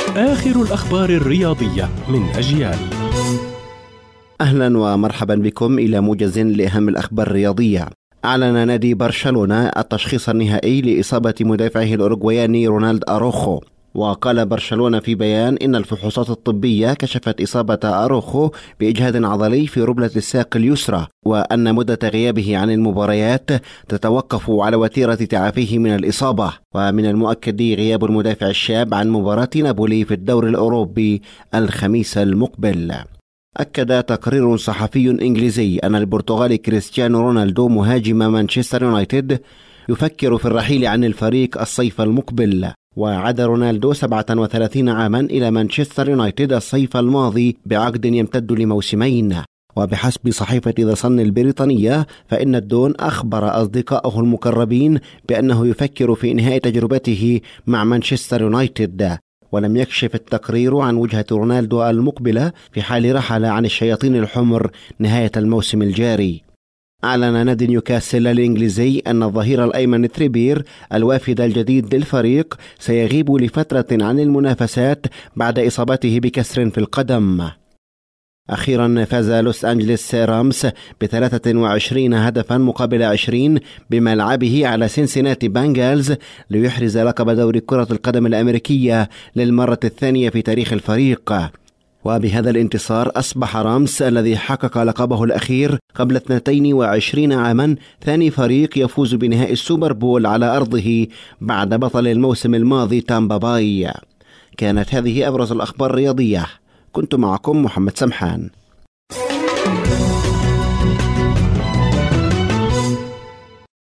آخر الأخبار الرياضية من أجيال. أهلا ومرحبا بكم إلى موجز لأهم الأخبار الرياضية. أعلن نادي برشلونة التشخيص النهائي لإصابة مدافعه الأوروغواياني رونالد أروخو. وقال برشلونة في بيان إن الفحوصات الطبية كشفت إصابة أروخو بإجهاد عضلي في ربلة الساق اليسرى، وأن مدة غيابه عن المباريات تتوقف على وتيرة تعافيه من الإصابة. ومن المؤكد غياب المدافع الشاب عن مباراة نابولي في الدوري الأوروبي الخميس المقبل. أكد تقرير صحفي إنجليزي أن البرتغالي كريستيانو رونالدو مهاجم مانشستر يونايتد يفكر في الرحيل عن الفريق الصيف المقبل. وعاد رونالدو 37 عاما إلى مانشستر يونايتد الصيف الماضي بعقد يمتد لموسمين. وبحسب صحيفة ذا صن البريطانية فإن الدون أخبر أصدقائه المقربين بأنه يفكر في إنهاء تجربته مع مانشستر يونايتد. ولم يكشف التقرير عن وجهة رونالدو المقبلة في حال رحل عن الشياطين الحمر نهاية الموسم الجاري. أعلن نادي نيوكاسل الإنجليزي أن الظهير الأيمن تريبير الوافد الجديد للفريق سيغيب لفترة عن المنافسات بعد إصابته بكسر في القدم. أخيرا فاز لوس أنجلس رامز ب23 هدفا مقابل 20 بملعبه على سينسيناتي بانجالز ليحرز لقب دوري كرة القدم الأمريكية للمرة الثانية في تاريخ الفريق. وبهذا الانتصار أصبح رامز الذي حقق لقبه الأخير قبل 22 عاما ثاني فريق يفوز بنهائي السوبر بول على أرضه بعد بطل الموسم الماضي تامبا باي. كانت هذه أبرز الأخبار الرياضية. كنت معكم محمد سمحان.